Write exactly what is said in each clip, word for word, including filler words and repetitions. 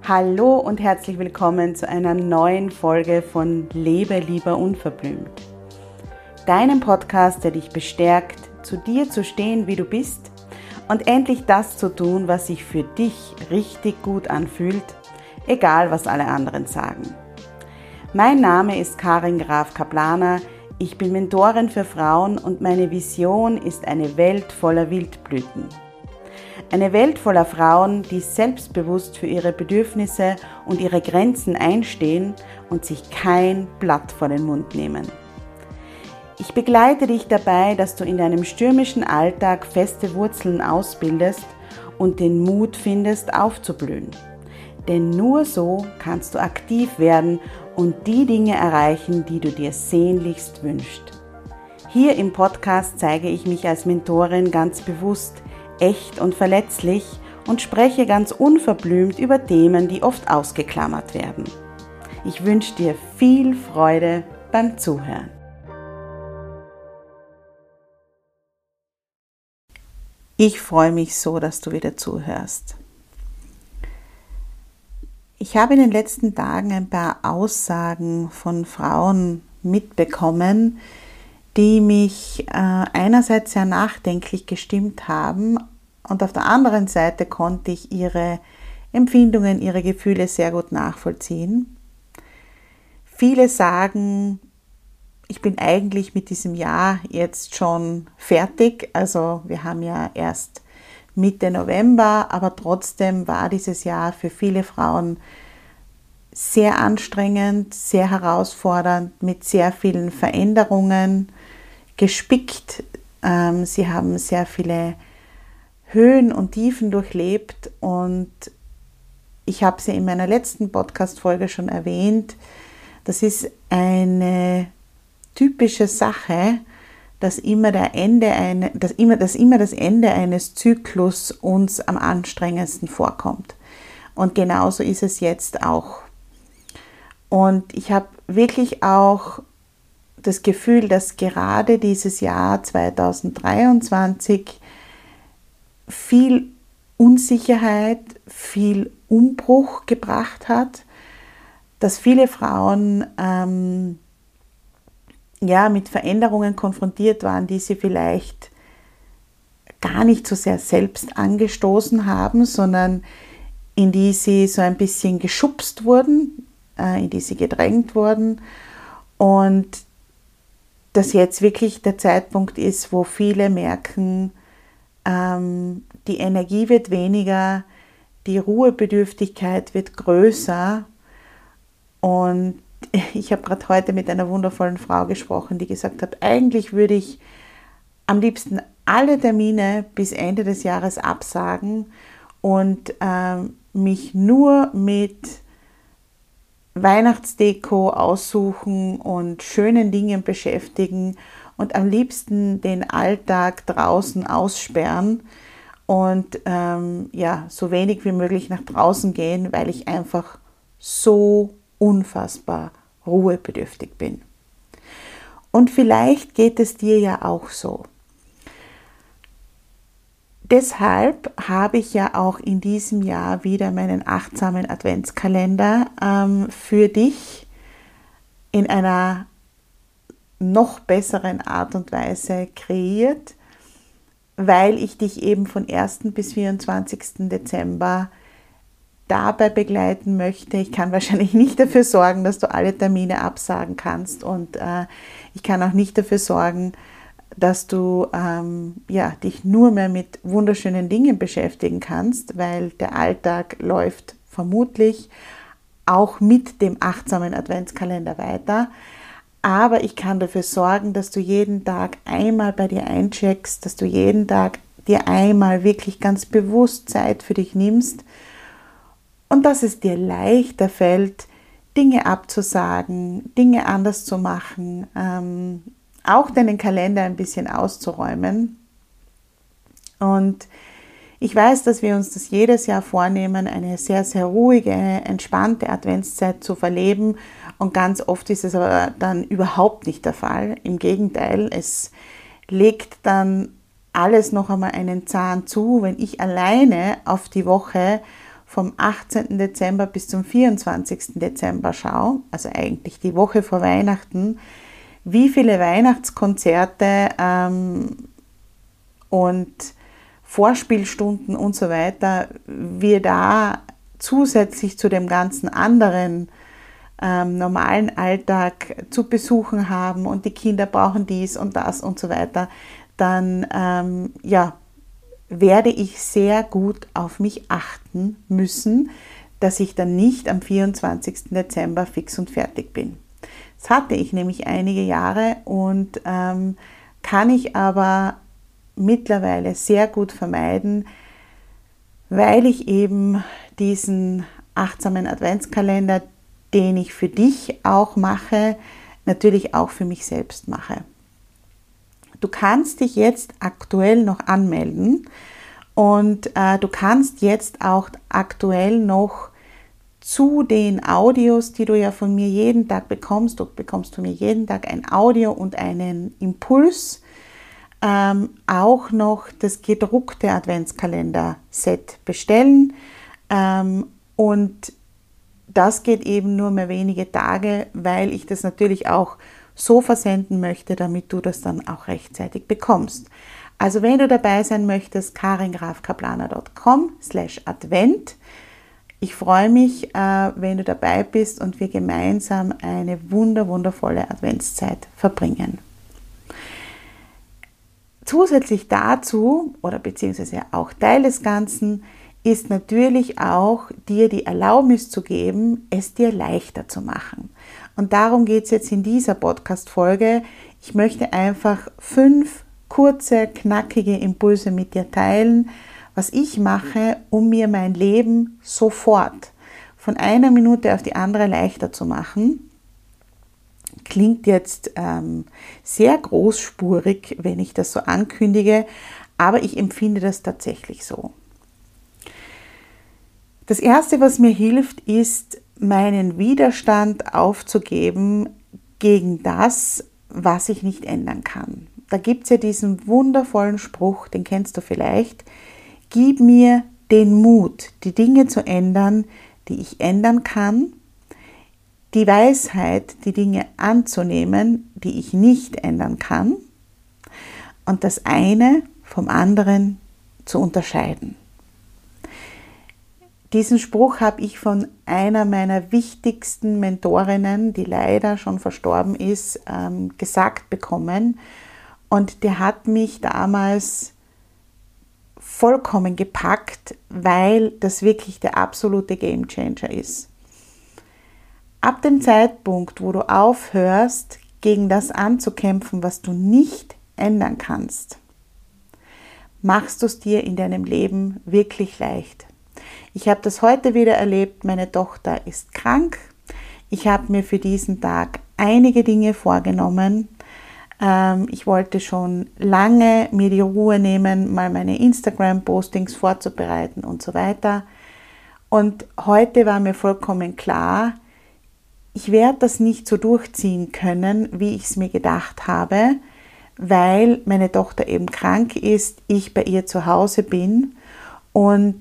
Hallo und herzlich willkommen zu einer neuen Folge von Lebe lieber unverblümt. Deinem Podcast, der dich bestärkt, zu dir zu stehen, wie du bist und endlich das zu tun, was sich für dich richtig gut anfühlt, egal was alle anderen sagen. Mein Name ist Karin Graf Kaplaner, ich bin Mentorin für Frauen und meine Vision ist eine Welt voller Wildblüten. Eine Welt voller Frauen, die selbstbewusst für ihre Bedürfnisse und ihre Grenzen einstehen und sich kein Blatt vor den Mund nehmen. Ich begleite dich dabei, dass du in deinem stürmischen Alltag feste Wurzeln ausbildest und den Mut findest, aufzublühen. Denn nur so kannst du aktiv werden und die Dinge erreichen, die du dir sehnlichst wünschst. Hier im Podcast zeige ich mich als Mentorin ganz bewusst, echt und verletzlich und spreche ganz unverblümt über Themen, die oft ausgeklammert werden. Ich wünsche dir viel Freude beim Zuhören. Ich freue mich so, dass du wieder zuhörst. Ich habe in den letzten Tagen ein paar Aussagen von Frauen mitbekommen, die mich äh, einerseits sehr nachdenklich gestimmt haben und auf der anderen Seite konnte ich ihre Empfindungen, ihre Gefühle sehr gut nachvollziehen. Viele sagen, ich bin eigentlich mit diesem Jahr jetzt schon fertig, also wir haben ja erst Mitte November, aber trotzdem war dieses Jahr für viele Frauen sehr anstrengend, sehr herausfordernd, mit sehr vielen Veränderungen gespickt. Ähm, sie haben sehr viele Höhen und Tiefen durchlebt und ich habe sie in meiner letzten Podcast-Folge schon erwähnt. Das ist eine typische Sache, dass immer, der Ende eine, dass immer, dass immer das Ende eines Zyklus uns am anstrengendsten vorkommt. Und genauso ist es jetzt auch. Und ich habe wirklich auch das Gefühl, dass gerade dieses Jahr zweitausenddreiundzwanzig viel Unsicherheit, viel Umbruch gebracht hat, dass viele Frauen ähm, ja, mit Veränderungen konfrontiert waren, die sie vielleicht gar nicht so sehr selbst angestoßen haben, sondern in die sie so ein bisschen geschubst wurden, äh, in die sie gedrängt wurden und dass jetzt wirklich der Zeitpunkt ist, wo viele merken, ähm, die Energie wird weniger, die Ruhebedürftigkeit wird größer. Und ich habe gerade heute mit einer wundervollen Frau gesprochen, die gesagt hat, eigentlich würde ich am liebsten alle Termine bis Ende des Jahres absagen und ähm, mich nur mit Weihnachtsdeko aussuchen und schönen Dingen beschäftigen und am liebsten den Alltag draußen aussperren und ähm, ja, so wenig wie möglich nach draußen gehen, weil ich einfach so unfassbar ruhebedürftig bin. Und vielleicht geht es dir ja auch so. Deshalb habe ich ja auch in diesem Jahr wieder meinen achtsamen Adventskalender ähm, für dich in einer noch besseren Art und Weise kreiert, weil ich dich eben von ersten bis vierundzwanzigsten Dezember dabei begleiten möchte. Ich kann wahrscheinlich nicht dafür sorgen, dass du alle Termine absagen kannst und äh, ich kann auch nicht dafür sorgen, dass du ähm, ja, dich nur mehr mit wunderschönen Dingen beschäftigen kannst, weil der Alltag läuft vermutlich auch mit dem achtsamen Adventskalender weiter. Aber ich kann dafür sorgen, dass du jeden Tag einmal bei dir eincheckst, dass du jeden Tag dir einmal wirklich ganz bewusst Zeit für dich nimmst und dass es dir leichter fällt, Dinge abzusagen, Dinge anders zu machen, ähm, auch deinen Kalender ein bisschen auszuräumen. Und ich weiß, dass wir uns das jedes Jahr vornehmen, eine sehr, sehr ruhige, entspannte Adventszeit zu verleben. Und ganz oft ist es aber dann überhaupt nicht der Fall. Im Gegenteil, es legt dann alles noch einmal einen Zahn zu, wenn ich alleine auf die Woche vom achtzehnten Dezember bis zum vierundzwanzigsten Dezember schaue, also eigentlich die Woche vor Weihnachten, wie viele Weihnachtskonzerte ähm, und Vorspielstunden und so weiter wir da zusätzlich zu dem ganzen anderen ähm, normalen Alltag zu besuchen haben und die Kinder brauchen dies und das und so weiter, dann ähm, ja, werde ich sehr gut auf mich achten müssen, dass ich dann nicht am vierundzwanzigsten Dezember fix und fertig bin. Das hatte ich nämlich einige Jahre und ähm, kann ich aber mittlerweile sehr gut vermeiden, weil ich eben diesen achtsamen Adventskalender, den ich für dich auch mache, natürlich auch für mich selbst mache. Du kannst dich jetzt aktuell noch anmelden und äh, du kannst jetzt auch aktuell noch zu den Audios, die du ja von mir jeden Tag bekommst, du bekommst von mir jeden Tag ein Audio und einen Impuls, ähm, auch noch das gedruckte Adventskalender-Set bestellen. Ähm, und das geht eben nur mehr wenige Tage, weil ich das natürlich auch so versenden möchte, damit du das dann auch rechtzeitig bekommst. Also wenn du dabei sein möchtest, karingrafkaplaner punkt com slash advent. Ich freue mich, äh, wenn du dabei bist und wir gemeinsam eine wunder, wundervolle Adventszeit verbringen. Zusätzlich dazu, oder beziehungsweise auch Teil des Ganzen, ist natürlich auch, dir die Erlaubnis zu geben, es dir leichter zu machen. Und darum geht es jetzt in dieser Podcast-Folge. Ich möchte einfach fünf kurze, knackige Impulse mit dir teilen, was ich mache, um mir mein Leben sofort von einer Minute auf die andere leichter zu machen. Klingt jetzt ähm, sehr großspurig, wenn ich das so ankündige, aber ich empfinde das tatsächlich so. Das Erste, was mir hilft, ist, meinen Widerstand aufzugeben gegen das, was ich nicht ändern kann. Da gibt es ja diesen wundervollen Spruch, den kennst du vielleicht: Gib mir den Mut, die Dinge zu ändern, die ich ändern kann, die Weisheit, die Dinge anzunehmen, die ich nicht ändern kann, und das eine vom anderen zu unterscheiden. Diesen Spruch habe ich von einer meiner wichtigsten Mentorinnen, die leider schon verstorben ist, ähm, gesagt bekommen. Und der hat mich damals vollkommen gepackt, weil das wirklich der absolute Gamechanger ist. Ab dem Zeitpunkt, wo du aufhörst, gegen das anzukämpfen, was du nicht ändern kannst, machst du es dir in deinem Leben wirklich leicht. Ich habe das heute wieder erlebt, meine Tochter ist krank. Ich habe mir für diesen Tag einige Dinge vorgenommen. Ähm, ich wollte schon lange mir die Ruhe nehmen, mal meine Instagram-Postings vorzubereiten und so weiter. Und heute war mir vollkommen klar, ich werde das nicht so durchziehen können, wie ich es mir gedacht habe, weil meine Tochter eben krank ist, ich bei ihr zu Hause bin und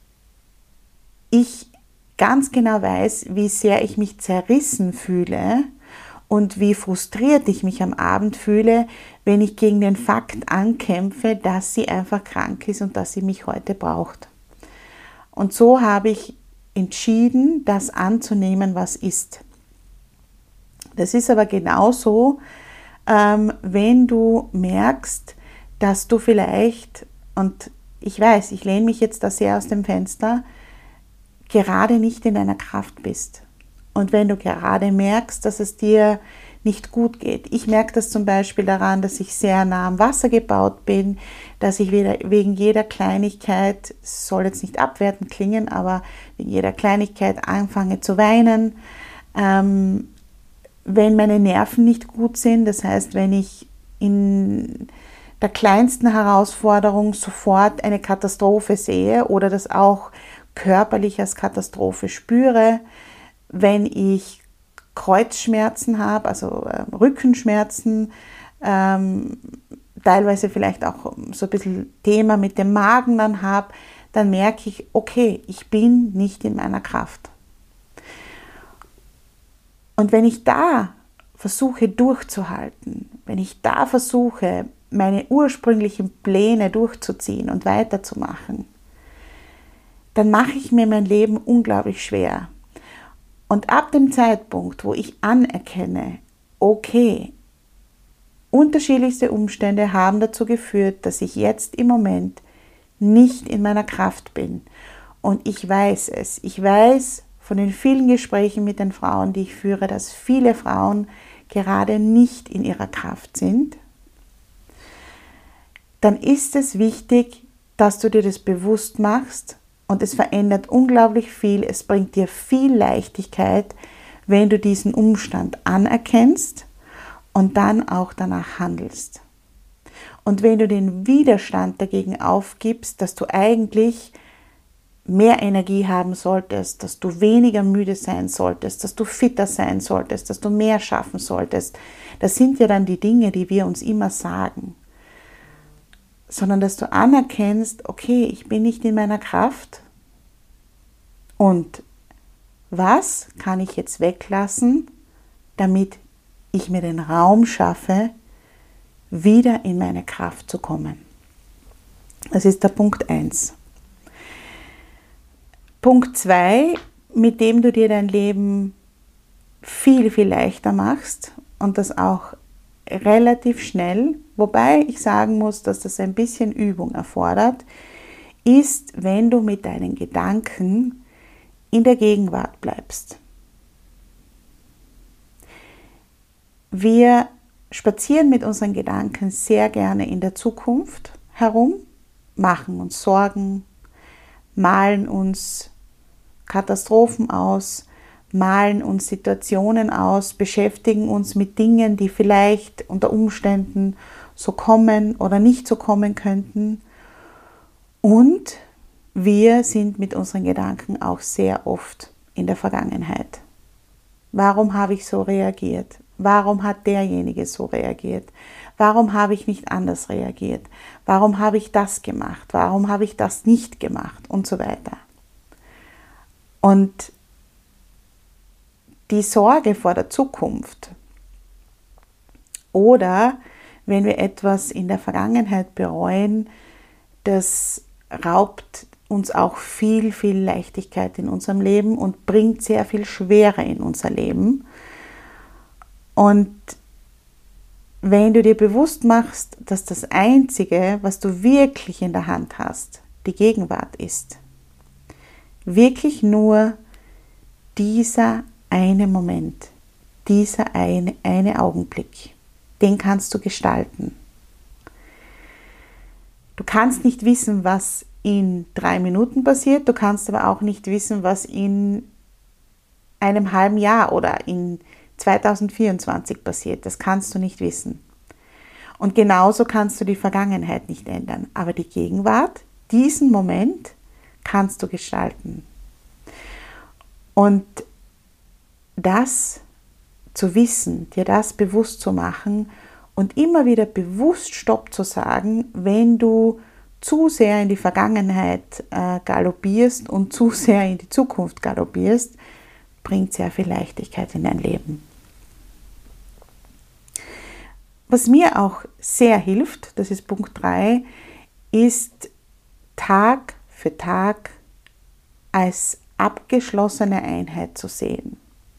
ich ganz genau weiß, wie sehr ich mich zerrissen fühle und wie frustriert ich mich am Abend fühle, wenn ich gegen den Fakt ankämpfe, dass sie einfach krank ist und dass sie mich heute braucht. Und so habe ich entschieden, das anzunehmen, was ist. Das ist aber genauso, ähm, wenn du merkst, dass du vielleicht, und ich weiß, ich lehne mich jetzt da sehr aus dem Fenster, gerade nicht in deiner Kraft bist. Und wenn du gerade merkst, dass es dir nicht gut geht. Ich merke das zum Beispiel daran, dass ich sehr nah am Wasser gebaut bin, dass ich wegen jeder Kleinigkeit, es soll jetzt nicht abwertend klingen, aber wegen jeder Kleinigkeit anfange zu weinen. Ähm, wenn meine Nerven nicht gut sind, das heißt, wenn ich in der kleinsten Herausforderung sofort eine Katastrophe sehe oder das auch körperlich als Katastrophe spüre, wenn ich Kreuzschmerzen habe, also äh, Rückenschmerzen, ähm, teilweise vielleicht auch so ein bisschen Thema mit dem Magen dann habe, dann merke ich, okay, ich bin nicht in meiner Kraft. Und wenn ich da versuche durchzuhalten, wenn ich da versuche, meine ursprünglichen Pläne durchzuziehen und weiterzumachen, dann mache ich mir mein Leben unglaublich schwer. Und ab dem Zeitpunkt, wo ich anerkenne, okay, unterschiedlichste Umstände haben dazu geführt, dass ich jetzt im Moment nicht in meiner Kraft bin. Und ich weiß es. Ich weiß von den vielen Gesprächen mit den Frauen, die ich führe, dass viele Frauen gerade nicht in ihrer Kraft sind. Dann ist es wichtig, dass du dir das bewusst machst und es verändert unglaublich viel. Es bringt dir viel Leichtigkeit, wenn du diesen Umstand anerkennst und dann auch danach handelst. Und wenn du den Widerstand dagegen aufgibst, dass du eigentlich mehr Energie haben solltest, dass du weniger müde sein solltest, dass du fitter sein solltest, dass du mehr schaffen solltest, das sind ja dann die Dinge, die wir uns immer sagen. Sondern dass du anerkennst, okay, ich bin nicht in meiner Kraft und was kann ich jetzt weglassen, damit ich mir den Raum schaffe, wieder in meine Kraft zu kommen. Das ist der Punkt eins. Punkt zwei, mit dem du dir dein Leben viel, viel leichter machst und das auch relativ schnell, wobei ich sagen muss, dass das ein bisschen Übung erfordert, ist, wenn du mit deinen Gedanken in der Gegenwart bleibst. Wir spazieren mit unseren Gedanken sehr gerne in der Zukunft herum, machen uns Sorgen, malen uns Katastrophen aus, malen uns Situationen aus, beschäftigen uns mit Dingen, die vielleicht unter Umständen so kommen oder nicht so kommen könnten. Und wir sind mit unseren Gedanken auch sehr oft in der Vergangenheit. Warum habe ich so reagiert? Warum hat derjenige so reagiert? Warum habe ich nicht anders reagiert? Warum habe ich das gemacht? Warum habe ich das nicht gemacht? Und so weiter. Und die Sorge vor der Zukunft oder wenn wir etwas in der Vergangenheit bereuen, das raubt uns auch viel, viel Leichtigkeit in unserem Leben und bringt sehr viel Schwere in unser Leben. Und wenn du dir bewusst machst, dass das Einzige, was du wirklich in der Hand hast, die Gegenwart ist, wirklich nur dieser eine Moment, dieser eine, eine Augenblick, den kannst du gestalten. Du kannst nicht wissen, was in drei Minuten passiert, du kannst aber auch nicht wissen, was in einem halben Jahr oder in zweitausendvierundzwanzig passiert. Das kannst du nicht wissen. Und genauso kannst du die Vergangenheit nicht ändern. Aber die Gegenwart, diesen Moment, kannst du gestalten. Und das zu wissen, dir das bewusst zu machen und immer wieder bewusst Stopp zu sagen, wenn du zu sehr in die Vergangenheit äh, galoppierst und zu sehr in die Zukunft galoppierst, bringt sehr viel Leichtigkeit in dein Leben. Was mir auch sehr hilft, das ist Punkt drei, ist Tag für Tag als abgeschlossene Einheit zu sehen.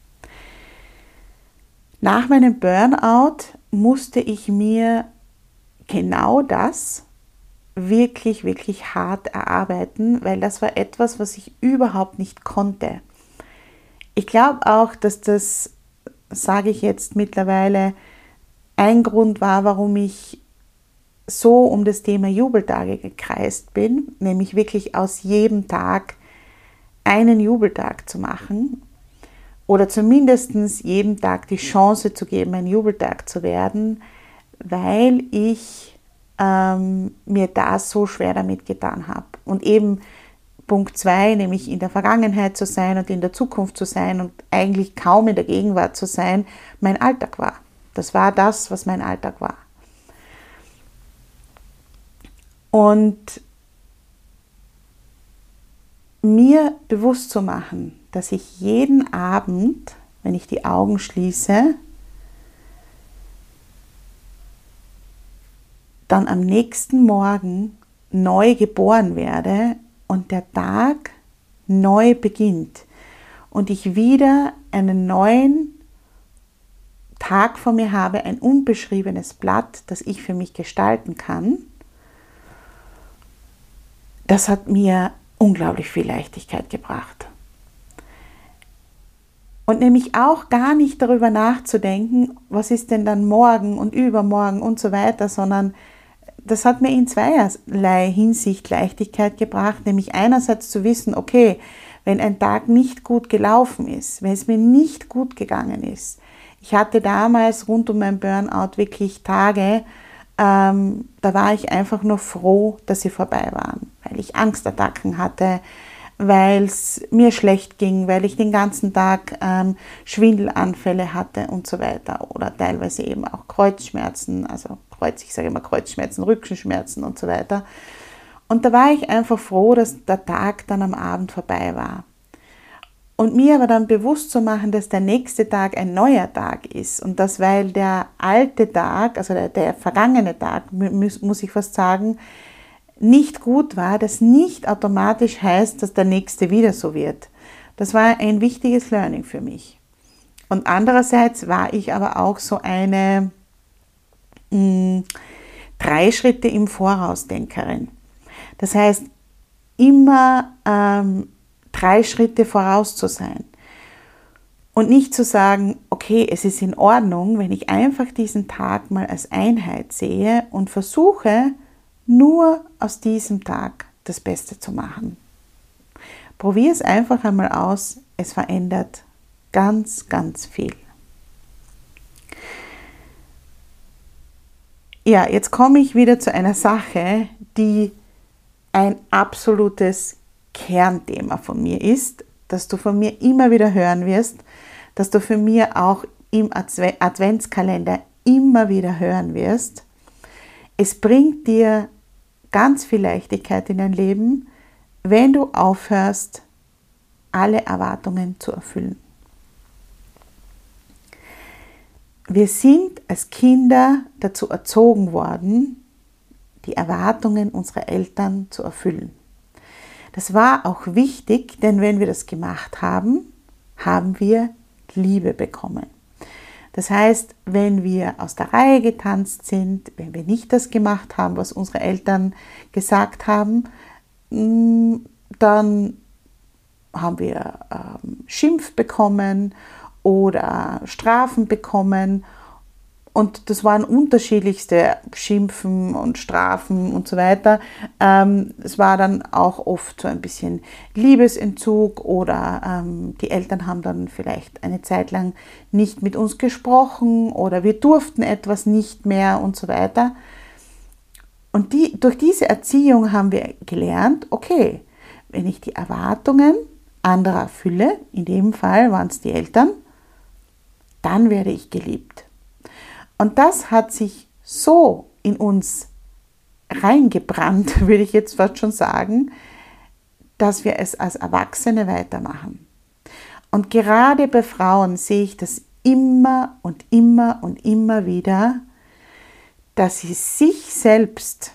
Nach meinem Burnout musste ich mir genau das wirklich, wirklich hart erarbeiten, weil das war etwas, was ich überhaupt nicht konnte. Ich glaube auch, dass das, sage ich jetzt mittlerweile, ein Grund war, warum ich so um das Thema Jubeltage gekreist bin, nämlich wirklich aus jedem Tag einen Jubeltag zu machen oder zumindest jedem Tag die Chance zu geben, ein Jubeltag zu werden, weil ich ähm, mir da so schwer damit getan habe. Und eben Punkt zwei, nämlich in der Vergangenheit zu sein und in der Zukunft zu sein und eigentlich kaum in der Gegenwart zu sein, mein Alltag war. Das war das, was mein Alltag war. Und mir bewusst zu machen, dass ich jeden Abend, wenn ich die Augen schließe, dann am nächsten Morgen neu geboren werde und der Tag neu beginnt und ich wieder einen neuen Tag vor mir habe, ein unbeschriebenes Blatt, das ich für mich gestalten kann. Das hat mir unglaublich viel Leichtigkeit gebracht. Und nämlich auch gar nicht darüber nachzudenken, was ist denn dann morgen und übermorgen und so weiter, sondern das hat mir in zweierlei Hinsicht Leichtigkeit gebracht, nämlich einerseits zu wissen, okay, wenn ein Tag nicht gut gelaufen ist, wenn es mir nicht gut gegangen ist. Ich hatte damals rund um mein Burnout wirklich Tage, ähm, da war ich einfach nur froh, dass sie vorbei waren, weil ich Angstattacken hatte, weil es mir schlecht ging, weil ich den ganzen Tag ähm, Schwindelanfälle hatte und so weiter oder teilweise eben auch Kreuzschmerzen, also Kreuz, ich sage immer Kreuzschmerzen, Rückenschmerzen und so weiter. Und da war ich einfach froh, dass der Tag dann am Abend vorbei war. Und mir aber dann bewusst zu machen, dass der nächste Tag ein neuer Tag ist und dass, weil der alte Tag, also der, der vergangene Tag, muss, muss ich fast sagen, nicht gut war, das nicht automatisch heißt, dass der nächste wieder so wird. Das war ein wichtiges Learning für mich. Und andererseits war ich aber auch so eine mh, drei Schritte im Voraus Denkerin. Das heißt, immer ähm, drei Schritte voraus zu sein. Und nicht zu sagen, okay, es ist in Ordnung, wenn ich einfach diesen Tag mal als Einheit sehe und versuche, nur aus diesem Tag das Beste zu machen. Probier es einfach einmal aus, es verändert ganz, ganz viel. Ja, jetzt komme ich wieder zu einer Sache, die ein absolutes Kernthema von mir ist, das du von mir immer wieder hören wirst, das du von mir auch im Adventskalender immer wieder hören wirst. Es bringt dir ganz viel Leichtigkeit in dein Leben, wenn du aufhörst, alle Erwartungen zu erfüllen. Wir sind als Kinder dazu erzogen worden, die Erwartungen unserer Eltern zu erfüllen. Das war auch wichtig, denn wenn wir das gemacht haben, haben wir Liebe bekommen. Das heißt, wenn wir aus der Reihe getanzt sind, wenn wir nicht das gemacht haben, was unsere Eltern gesagt haben, dann haben wir ähm, Schimpf bekommen oder Strafen bekommen. Und das waren unterschiedlichste Schimpfen und Strafen und so weiter. Ähm, es war dann auch oft so ein bisschen Liebesentzug oder ähm, die Eltern haben dann vielleicht eine Zeit lang nicht mit uns gesprochen oder wir durften etwas nicht mehr und so weiter. Und die, durch diese Erziehung haben wir gelernt, okay, wenn ich die Erwartungen anderer erfülle, in dem Fall waren es die Eltern, dann werde ich geliebt. Und das hat sich so in uns reingebrannt, würde ich jetzt fast schon sagen, dass wir es als Erwachsene weitermachen. Und gerade bei Frauen sehe ich das immer und immer und immer wieder, dass sie sich selbst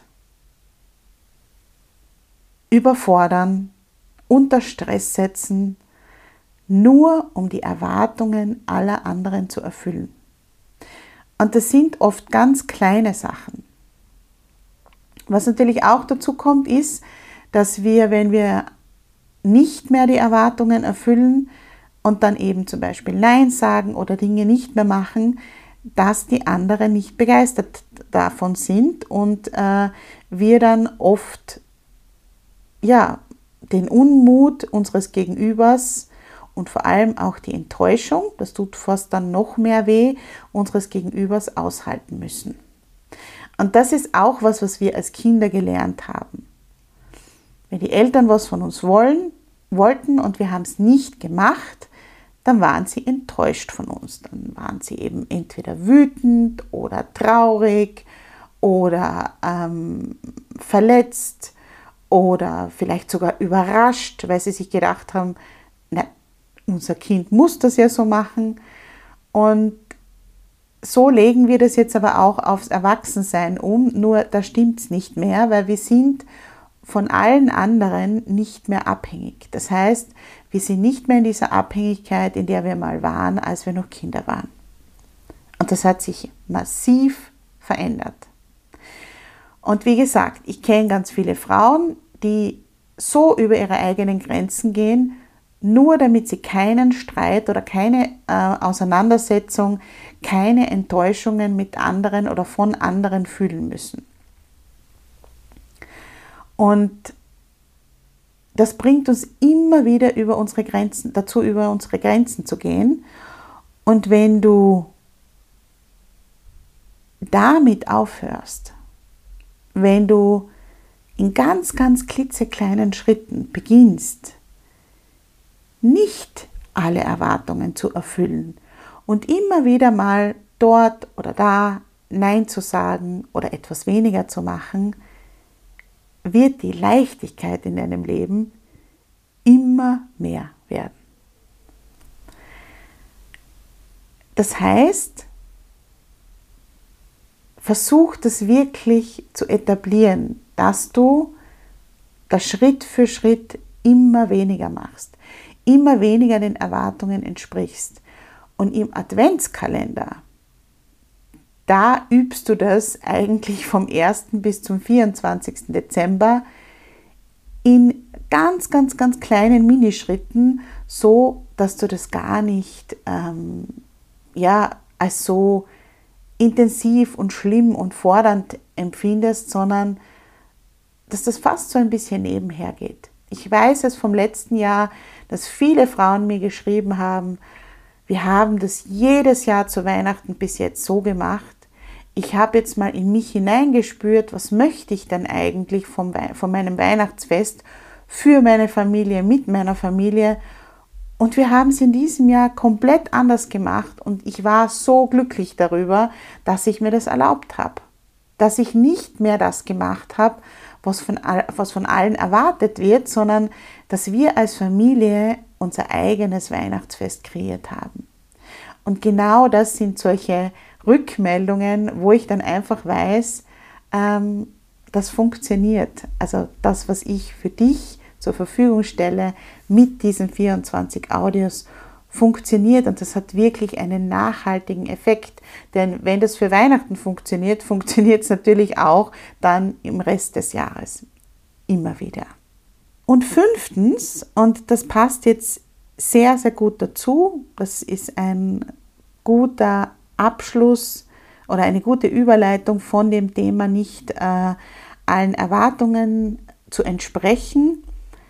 überfordern, unter Stress setzen, nur um die Erwartungen aller anderen zu erfüllen. Und das sind oft ganz kleine Sachen. Was natürlich auch dazu kommt, ist, dass wir, wenn wir nicht mehr die Erwartungen erfüllen und dann eben zum Beispiel Nein sagen oder Dinge nicht mehr machen, dass die anderen nicht begeistert davon sind und äh, wir dann oft ja, den Unmut unseres Gegenübers und vor allem auch die Enttäuschung, das tut fast dann noch mehr weh, unseres Gegenübers aushalten müssen. Und das ist auch was, was wir als Kinder gelernt haben. Wenn die Eltern was von uns wollen, wollten und wir haben es nicht gemacht, dann waren sie enttäuscht von uns. Dann waren sie eben entweder wütend oder traurig oder ähm, verletzt oder vielleicht sogar überrascht, weil sie sich gedacht haben, na, unser Kind muss das ja so machen. Und so legen wir das jetzt aber auch aufs Erwachsensein um, nur da stimmt es nicht mehr, weil wir sind von allen anderen nicht mehr abhängig. Das heißt, wir sind nicht mehr in dieser Abhängigkeit, in der wir mal waren, als wir noch Kinder waren. Und das hat sich massiv verändert. Und wie gesagt, ich kenne ganz viele Frauen, die so über ihre eigenen Grenzen gehen, nur damit sie keinen Streit oder keine äh, Auseinandersetzung, keine Enttäuschungen mit anderen oder von anderen fühlen müssen. Und das bringt uns immer wieder über unsere Grenzen, dazu über unsere Grenzen zu gehen. Und wenn du damit aufhörst, wenn du in ganz, ganz klitzekleinen Schritten beginnst, nicht alle Erwartungen zu erfüllen und immer wieder mal dort oder da Nein zu sagen oder etwas weniger zu machen, wird die Leichtigkeit in deinem Leben immer mehr werden. Das heißt, versuch das wirklich zu etablieren, dass du das Schritt für Schritt immer weniger machst, immer weniger den Erwartungen entsprichst. Und im Adventskalender, da übst du das eigentlich vom ersten bis zum vierundzwanzigsten Dezember in ganz, ganz, ganz kleinen Minischritten, so dass du das gar nicht ähm, ja, als so intensiv und schlimm und fordernd empfindest, sondern dass das fast so ein bisschen nebenher geht. Ich weiß es vom letzten Jahr, dass viele Frauen mir geschrieben haben, wir haben das jedes Jahr zu Weihnachten bis jetzt so gemacht. Ich habe jetzt mal in mich hineingespürt, was möchte ich denn eigentlich vom, von meinem Weihnachtsfest für meine Familie, mit meiner Familie. Und wir haben es in diesem Jahr komplett anders gemacht und ich war so glücklich darüber, dass ich mir das erlaubt habe. Dass ich nicht mehr das gemacht habe, was von, was von allen erwartet wird, sondern dass wir als Familie unser eigenes Weihnachtsfest kreiert haben. Und genau das sind solche Rückmeldungen, wo ich dann einfach weiß, ähm, das funktioniert. Also das, was ich für dich zur Verfügung stelle mit diesen vierundzwanzig Audios, funktioniert und das hat wirklich einen nachhaltigen Effekt. Denn wenn das für Weihnachten funktioniert, funktioniert es natürlich auch dann im Rest des Jahres. Immer wieder. Und fünftens, und das passt jetzt sehr, sehr gut dazu, das ist ein guter Abschluss oder eine gute Überleitung von dem Thema, nicht äh, allen Erwartungen zu entsprechen.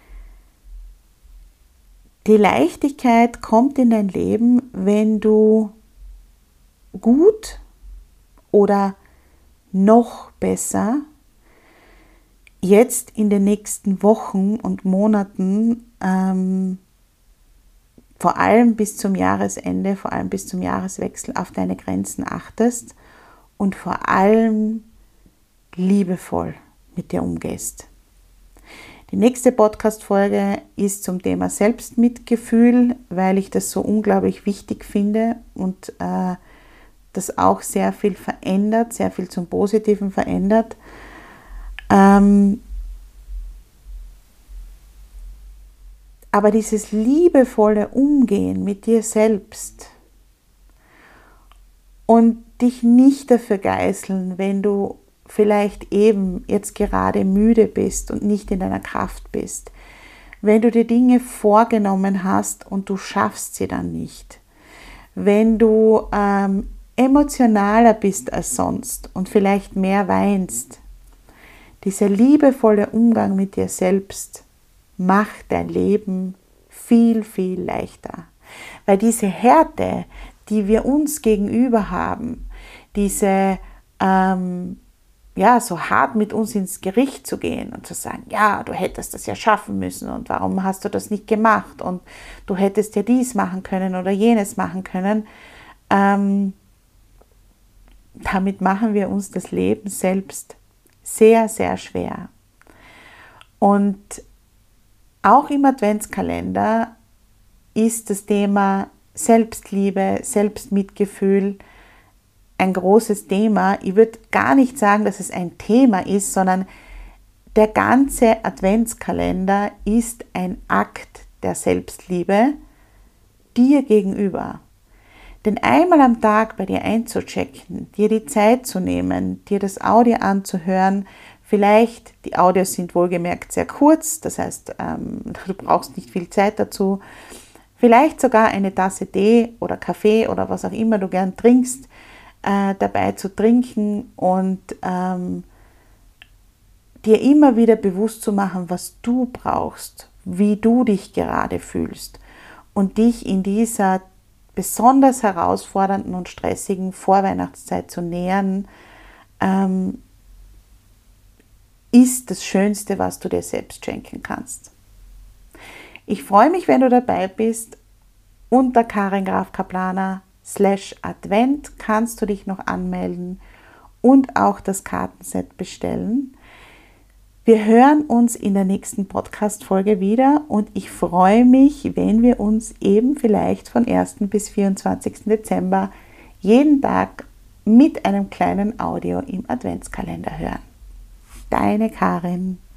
Die Leichtigkeit kommt in dein Leben, wenn du gut oder noch besser jetzt in den nächsten Wochen und Monaten, ähm, vor allem bis zum Jahresende, vor allem bis zum Jahreswechsel auf deine Grenzen achtest und vor allem liebevoll mit dir umgehst. Die nächste Podcast-Folge ist zum Thema Selbstmitgefühl, weil ich das so unglaublich wichtig finde und äh, das auch sehr viel verändert, sehr viel zum Positiven verändert. Ähm, aber dieses liebevolle Umgehen mit dir selbst und dich nicht dafür geißeln, wenn du vielleicht eben jetzt gerade müde bist und nicht in deiner Kraft bist, wenn du dir Dinge vorgenommen hast und du schaffst sie dann nicht, wenn du ähm, emotionaler bist als sonst und vielleicht mehr weinst, dieser liebevolle Umgang mit dir selbst macht dein Leben viel, viel leichter. Weil diese Härte, die wir uns gegenüber haben, diese ähm, ja, so hart mit uns ins Gericht zu gehen und zu sagen, ja, du hättest das ja schaffen müssen und warum hast du das nicht gemacht und du hättest ja dies machen können oder jenes machen können, ähm, damit machen wir uns das Leben selbst sehr, sehr schwer. Und auch im Adventskalender ist das Thema Selbstliebe, Selbstmitgefühl ein großes Thema. Ich würde gar nicht sagen, dass es ein Thema ist, sondern der ganze Adventskalender ist ein Akt der Selbstliebe dir gegenüber. Denn einmal am Tag bei dir einzuchecken, dir die Zeit zu nehmen, dir das Audio anzuhören, vielleicht, die Audios sind wohlgemerkt sehr kurz, das heißt, du brauchst nicht viel Zeit dazu, vielleicht sogar eine Tasse Tee oder Kaffee oder was auch immer du gern trinkst, äh, dabei zu trinken und ähm, dir immer wieder bewusst zu machen, was du brauchst, wie du dich gerade fühlst und dich in dieser besonders herausfordernden und stressigen Vorweihnachtszeit zu nähern, ähm, ist das Schönste, was du dir selbst schenken kannst. Ich freue mich, wenn du dabei bist. Unter Karin Graf Kaplaner slash Advent kannst du dich noch anmelden und auch das Kartenset bestellen. Wir hören uns in der nächsten Podcast-Folge wieder und ich freue mich, wenn wir uns eben vielleicht von ersten bis vierundzwanzigsten Dezember jeden Tag mit einem kleinen Audio im Adventskalender hören. Deine Karin.